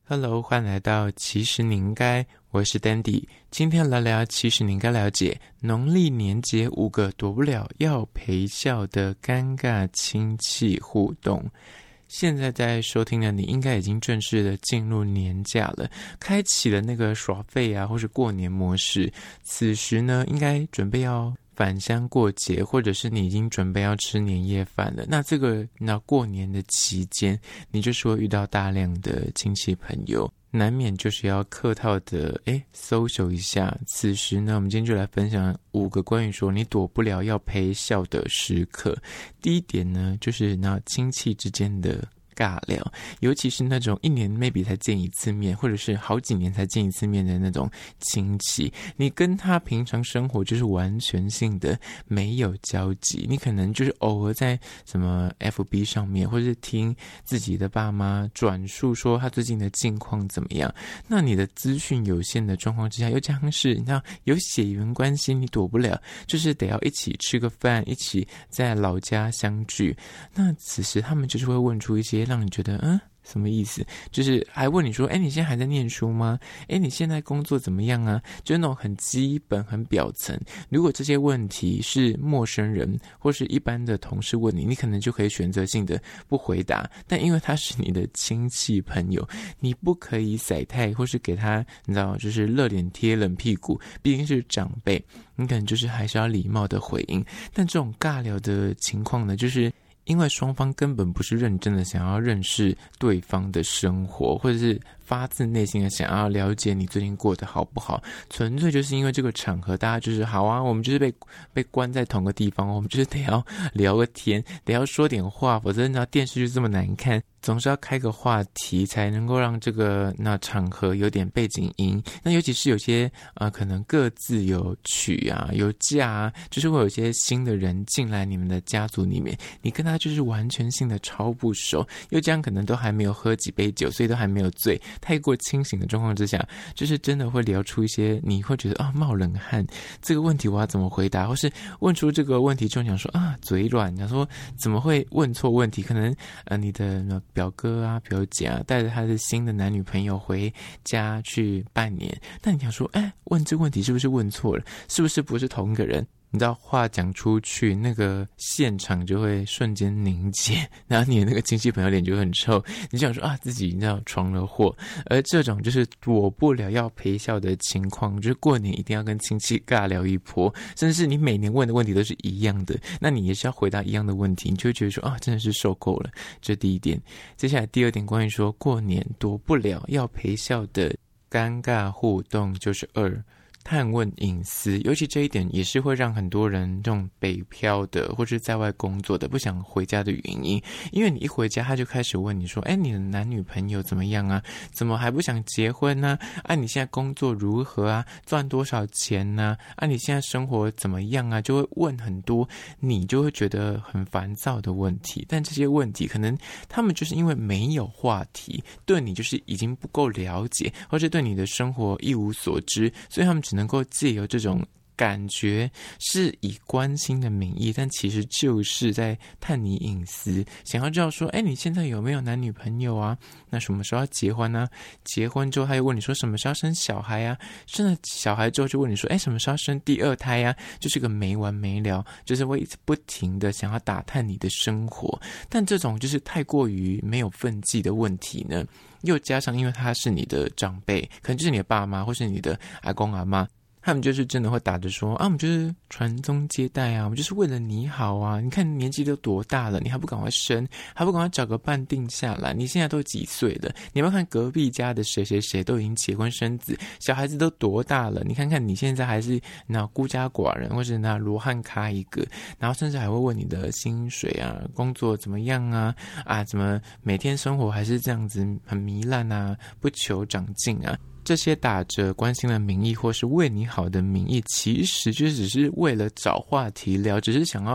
Hello， 欢迎来到其实你应该，我是 Dandy。今天来聊其实你应该了解农历年节5个躲不了要陪笑的尴尬亲戚互动。现在在收听的你应该已经正式的进入年假了，开启了那个耍废啊或是过年模式。此时呢，应该准备要返乡过节，或者是你已经准备要吃年夜饭了。那这个过年的期间，你就是会遇到大量的亲戚朋友，难免就是要客套的social 一下。此时呢，我们今天就来分享5个关于说你躲不了要陪笑的时刻。第一点呢，就是亲戚之间的尬聊，尤其是那种1年 maybe 才见一次面，或者是好几年才见一次面的那种亲戚，你跟他平常生活就是完全性的没有交集，你可能就是偶尔在什么 FB 上面，或者是听自己的爸妈转述说他最近的近况怎么样。那你的资讯有限的状况之下，又加上是你知道有血缘关系，你躲不了，就是得要一起吃个饭，一起在老家相聚。那此时他们就是会问出一些让你觉得什么意思，就是还问你说你现在还在念书吗？你现在工作怎么样啊？就是那种很基本很表层。如果这些问题是陌生人或是一般的同事问你，你可能就可以选择性的不回答。但因为他是你的亲戚朋友，你不可以甩态或是给他你知道就是热脸贴冷屁股，毕竟是长辈，你可能就是还是要礼貌的回应。但这种尬聊的情况呢，就是因为双方根本不是认真的想要认识对方的生活，或者是发自内心的想要了解你最近过得好不好，纯粹就是因为这个场合大家就是好啊，我们就是被关在同个地方，我们就是得要聊个天，得要说点话，否则电视剧这么难看，总是要开个话题才能够让这个场合有点背景音。那尤其是有些可能各自有娶啊有嫁啊，就是会有些新的人进来你们的家族里面，你跟他就是完全性的超不熟，又这样可能都还没有喝几杯酒，所以都还没有醉，太过清醒的状况之下，就是真的会聊出一些你会觉得冒冷汗，这个问题我要怎么回答，或是问出这个问题就想说嘴软，想说怎么会问错问题。可能你的表哥啊表姐啊带着他的新的男女朋友回家去拜年，但你想说问这个问题是不是问错了，是不是同一个人，你知道话讲出去，那个现场就会瞬间凝结，然后你的那个亲戚朋友脸就会很臭，你就想说自己你知道闯了祸。而这种就是躲不了要陪笑的情况，就是过年一定要跟亲戚尬聊一波，甚至是你每年问的问题都是一样的，那你也是要回答一样的问题，你就会觉得说真的是受够了。这第一点。接下来第二点，关于说过年躲不了要陪笑的尴尬互动，就是探问隐私。尤其这一点也是会让很多人这种北漂的或是在外工作的不想回家的原因，因为你一回家他就开始问你说你的男女朋友怎么样啊，怎么还不想结婚啊，你现在工作如何啊，赚多少钱啊，你现在生活怎么样啊，就会问很多你就会觉得很烦躁的问题。但这些问题可能他们就是因为没有话题，对你就是已经不够了解，或是对你的生活一无所知，所以他们只能够借由这种感觉是以关心的名义，但其实就是在探你隐私，想要知道说你现在有没有男女朋友啊，那什么时候要结婚啊，结婚之后他又问你说什么时候要生小孩啊，生了小孩之后就问你说什么时候要生第2胎啊，就是个没完没了，就是会一直不停的想要打探你的生活。但这种就是太过于没有分际的问题呢，又加上因为他是你的长辈，可能就是你的爸妈或是你的阿公阿嬷，他们就是真的会打着说我们就是传宗接代啊，我们就是为了你好啊，你看年纪都多大了，你还不赶快生，还不赶快找个伴定下来，你现在都几岁了，你要看隔壁家的谁谁谁都已经结婚生子，小孩子都多大了，你看看你现在还是孤家寡人，或是罗汉咖一个，然后甚至还会问你的薪水啊，工作怎么样啊，怎么每天生活还是这样子很糜烂啊，不求长进啊。这些打着关心的名义或是为你好的名义，其实就只是为了找话题聊，只是想要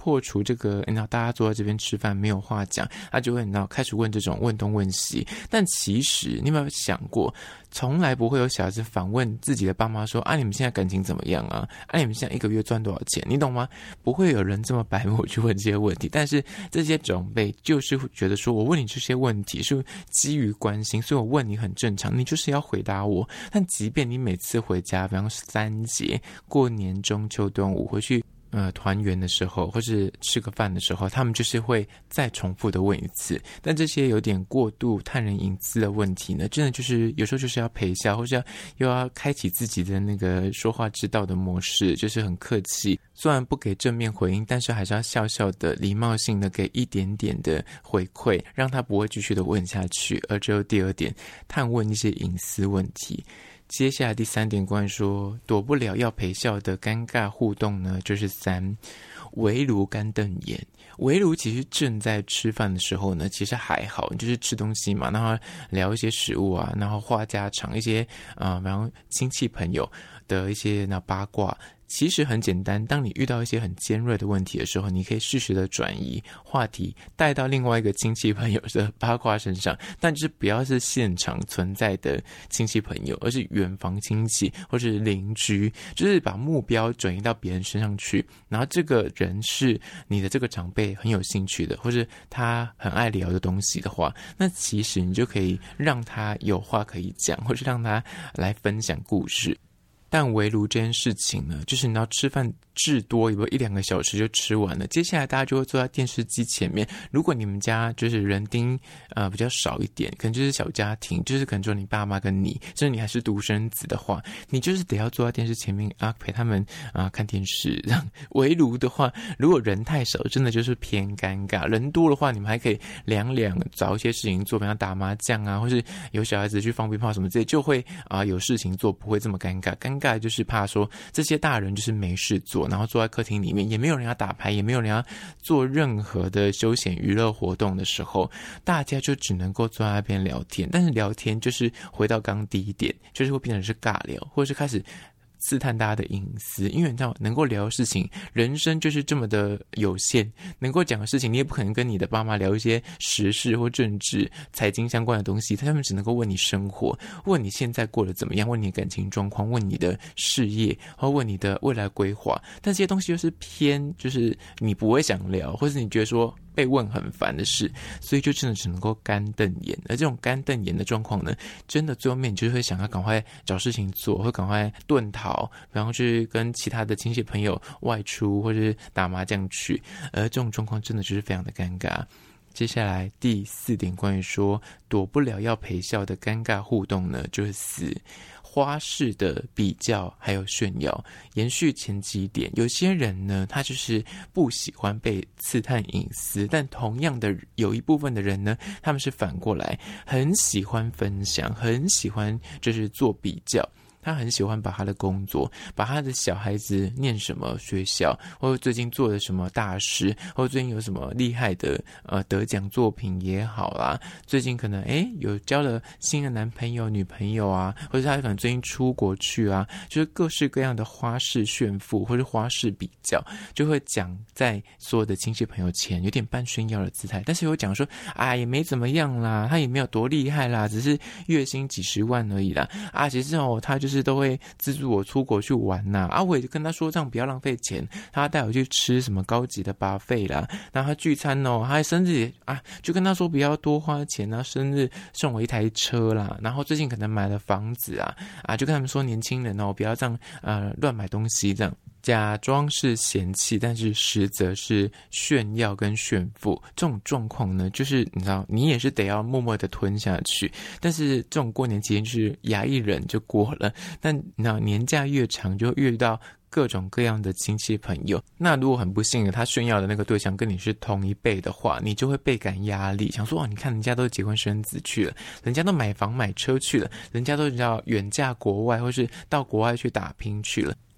破除这个大家坐在这边吃饭没有话讲，他就会开始问这种问东问西。但其实你有没有想过，从来不会有小孩子反问自己的爸妈说你们现在感情怎么样啊？你们现在一个月赚多少钱？你懂吗？不会有人这么白目去问这些问题。但是这些长辈就是觉得说，我问你这些问题是基于关心，所以我问你很正常，你就是要回答我。但即便你每次回家，比方说3节、过年、中秋、端午回去团圆的时候，或是吃个饭的时候，他们就是会再重复的问一次。但这些有点过度探人隐私的问题呢，真的就是有时候就是要陪笑，或是又要开启自己的那个说话之道的模式，就是很客气，虽然不给正面回应，但是还是要笑笑的礼貌性的给一点点的回馈，让他不会继续的问下去。而只有第2点，探问一些隐私问题。接下来第3点，关于说躲不了要陪笑的尴尬互动呢，就是3，围炉干瞪眼。围炉其实正在吃饭的时候呢，其实还好，就是吃东西嘛，然后聊一些食物啊，然后话家常，一些然后亲戚朋友的一些八卦。其实很简单，当你遇到一些很尖锐的问题的时候，你可以适时的转移话题，带到另外一个亲戚朋友的八卦身上，但就是不要是现场存在的亲戚朋友，而是远房亲戚或是邻居，就是把目标转移到别人身上去，然后这个人是你的这个长辈很有兴趣的，或是他很爱聊的东西的话，那其实你就可以让他有话可以讲，或是让他来分享故事。但围炉这件事情呢，就是你要吃饭至多1-2个小时就吃完了，接下来大家就会坐在电视机前面。如果你们家就是人丁比较少一点，可能就是小家庭，就是可能只有你爸妈跟你，甚至你还是独生子的话，你就是得要坐在电视前面陪他们看电视。围炉的话，如果人太少，真的就是偏尴尬；人多的话，你们还可以两找一些事情做，比方打麻将啊，或是有小孩子去放鞭炮什么之类，就会有事情做，不会这么尴尬。尴尬就是怕说这些大人就是没事做，然后坐在客厅里面，也没有人要打牌，也没有人要做任何的休闲娱乐活动的时候，大家就只能够坐在那边聊天。但是聊天就是回到刚第1点，就是会变成是尬聊，或者是开始刺探大家的隐私。因为你知道能够聊的事情，人生就是这么的有限，能够讲的事情你也不可能跟你的爸妈聊一些时事或政治财经相关的东西，他们只能够问你生活，问你现在过得怎么样，问你的感情状况，问你的事业，或问你的未来规划。但这些东西就是偏就是你不会想聊，或是你觉得说被问很烦的事，所以就真的只能够干瞪眼。而这种干瞪眼的状况呢，真的最后面你就会想要赶快找事情做，或赶快遁逃，然后去跟其他的亲戚朋友外出，或是打麻将去。而这种状况真的就是非常的尴尬。接下来第4点，关于说躲不了要陪笑的尴尬互动呢，就是4，花式的比较还有炫耀。延续前几点，有些人呢，他就是不喜欢被刺探隐私，但同样的有一部分的人呢，他们是反过来很喜欢分享，很喜欢就是做比较。他很喜欢把他的工作，把他的小孩子念什么学校，或者最近做了什么大事，或者最近有什么厉害的得奖作品也好啦，最近可能有交了新的男朋友女朋友啊，或者他可能最近出国去啊，就是各式各样的花式炫富或者花式比较，就会讲在所有的亲戚朋友前，有点半炫耀的姿态，但是有讲说也没怎么样啦，他也没有多厉害啦，只是月薪几十万而已啦，其实他就是都会资助我出国去玩呐，我也就跟他说这样不要浪费钱，他带我去吃什么高级的buffet啦，然后他聚餐他还生日就跟他说不要多花钱啊，生日送我一台车啦，然后最近可能买了房子就跟他们说年轻人不要这样乱买东西，这样假装是嫌弃，但是实则是炫耀跟炫富。这种状况呢，就是你知道你也是得要默默的吞下去，但是这种过年期间就是牙一忍就过了，但你知道年假越长就越遇到各种各样的亲戚朋友，那如果很不幸的他炫耀的那个对象跟你是同一辈的话，你就会倍感压力，想说你看人家都结婚生子去了，人家都买房买车去了，人家都要远嫁国外或是到国外去打拼去了，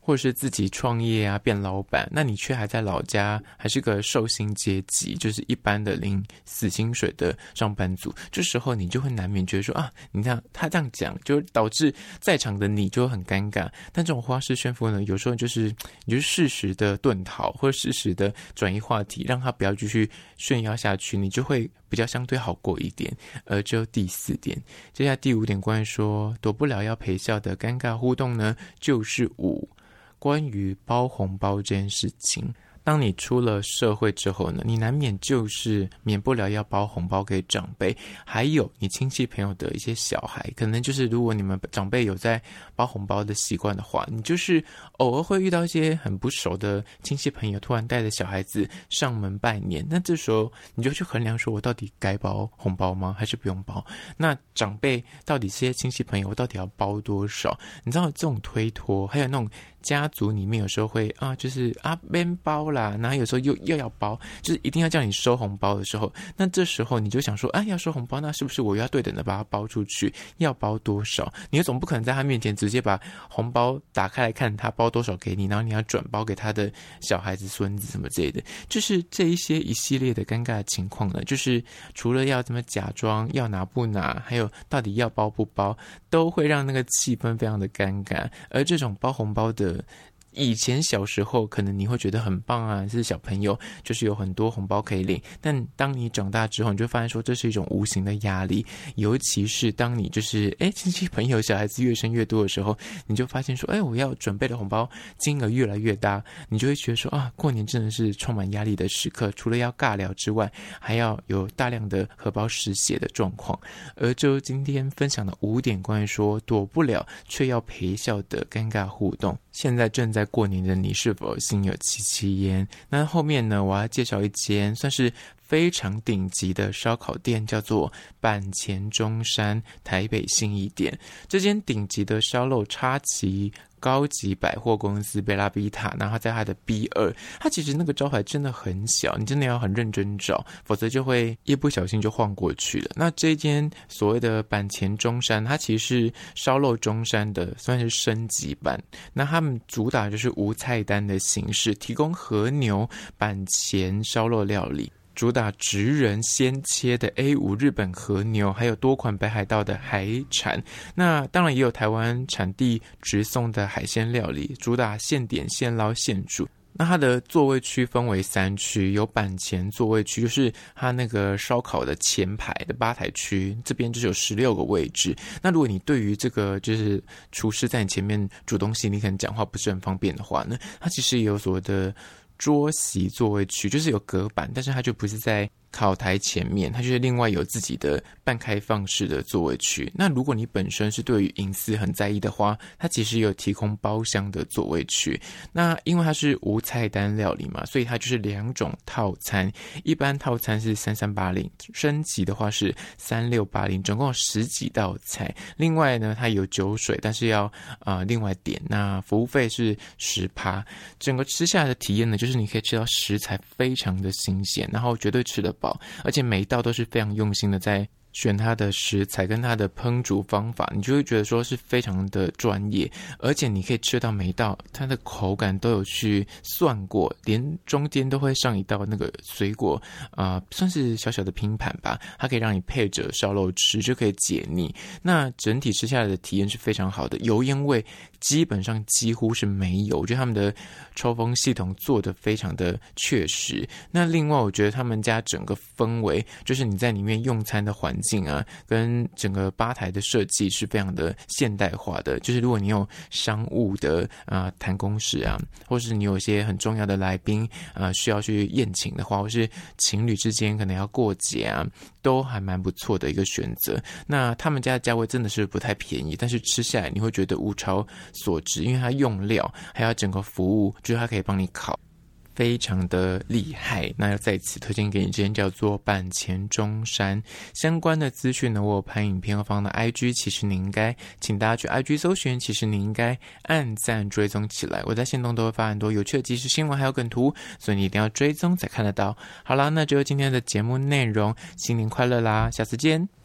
或者是自己创业啊，变老板，那你却还在老家，还是个受薪阶级，就是一般的领死薪水的上班族，这时候你就会难免觉得说啊，你看他这样讲，就导致在场的你就很尴尬。但这种花式炫富呢，有时候就是你就适时的遁逃，或者适时的转移话题，让他不要继续炫耀下去，你就会比较相对好过一点。只有第4点，接下来第5点，关于说躲不了要陪笑的尴尬互动呢，就是5，关于包红包这件事情。当你出了社会之后呢，你难免就是免不了要包红包给长辈，还有你亲戚朋友的一些小孩，可能就是如果你们长辈有在包红包的习惯的话，你就是偶尔会遇到一些很不熟的亲戚朋友突然带着小孩子上门拜年，那这时候你就去衡量说，我到底该包红包吗？还是不用包？那长辈到底这些亲戚朋友我到底要包多少？你知道这种推脱，还有那种家族里面有时候会就是边包啦，然后有时候又要包，就是一定要叫你收红包的时候，那这时候你就想说要收红包，那是不是我要对等的把它包出去？要包多少？你总不可能在他面前直接把红包打开来看他包多少给你，然后你要转包给他的小孩子孙子什么之类的，就是这一系列的尴尬的情况呢，就是除了要怎么假装要拿不拿，还有到底要包不包，都会让那个气氛非常的尴尬。而这种包红包的以前小时候可能你会觉得很棒啊，是小朋友就是有很多红包可以领，但当你长大之后，你就发现说这是一种无形的压力，尤其是当你就是亲戚朋友小孩子越生越多的时候，你就发现说我要准备的红包金额越来越大，你就会觉得说过年真的是充满压力的时刻，除了要尬聊之外，还要有大量的荷包失血的状况。而就今天分享的5点关于说躲不了却要陪笑的尴尬互动，现在正在过年的你是否心有戚戚焉？那后面呢，我要介绍一间算是非常顶级的烧烤店，叫做板前中山台北信义店。这间顶级的烧肉插旗高级百货公司贝拉比塔，然后在它的 B2， 它其实那个招牌真的很小，你真的要很认真找，否则就会一不小心就晃过去了。那这间所谓的板前中山，它其实是烧肉中山的算是升级版，那他们主打就是无菜单的形式，提供和牛板前烧肉料理，主打职人鲜切的 A5 日本和牛，还有多款北海道的海产，那当然也有台湾产地直送的海鲜料理，主打现点现捞现煮。那它的座位区分为3区，有板前座位区，就是它那个烧烤的前排的吧台区，这边就是有16个位置。那如果你对于这个就是厨师在你前面煮东西，你可能讲话不是很方便的话呢，它其实也有所谓的桌席座位区，就是有隔板，但是它就不是在烤台前面，它就是另外有自己的半开放式的座位区。那如果你本身是对于隐私很在意的话，它其实有提供包厢的座位区。那因为它是无菜单料理嘛，所以它就是2种套餐，一般套餐是3380，升级的话是3680，总共有10几道菜。另外呢，它有酒水，但是要另外点，那服务费是10%。整个吃下来的体验呢，就是你可以吃到食材非常的新鲜，然后绝对吃得饱，而且每一道都是非常用心的在选它的食材跟它的烹煮方法，你就会觉得说是非常的专业，而且你可以吃到每一道它的口感都有去算过，连中间都会上一道那个水果算是小小的拼盘吧，它可以让你配着烧肉吃，就可以解腻。那整体吃下来的体验是非常好的，油烟味基本上几乎是没有，我觉得他们的抽风系统做得非常的确实。那另外我觉得他们家整个氛围，就是你在里面用餐的环境跟整个吧台的设计是非常的现代化的，就是如果你有商务的谈公事或是你有一些很重要的来宾需要去宴请的话，或是情侣之间可能要过节都还蛮不错的一个选择。那他们家的价位真的是不太便宜，但是吃下来你会觉得物超所值，因为它用料还有整个服务，就是它可以帮你烤，非常的厉害。那要在此推荐给你这间叫做板前中山，相关的资讯呢，我有拍影片后放到 IG， 其实你应该请大家去 IG 搜寻，其实你应该按赞追踪起来，我在限动都会发很多有趣的即时新闻还有梗图，所以你一定要追踪才看得到。好啦，那就是今天的节目内容，新年快乐啦，下次见。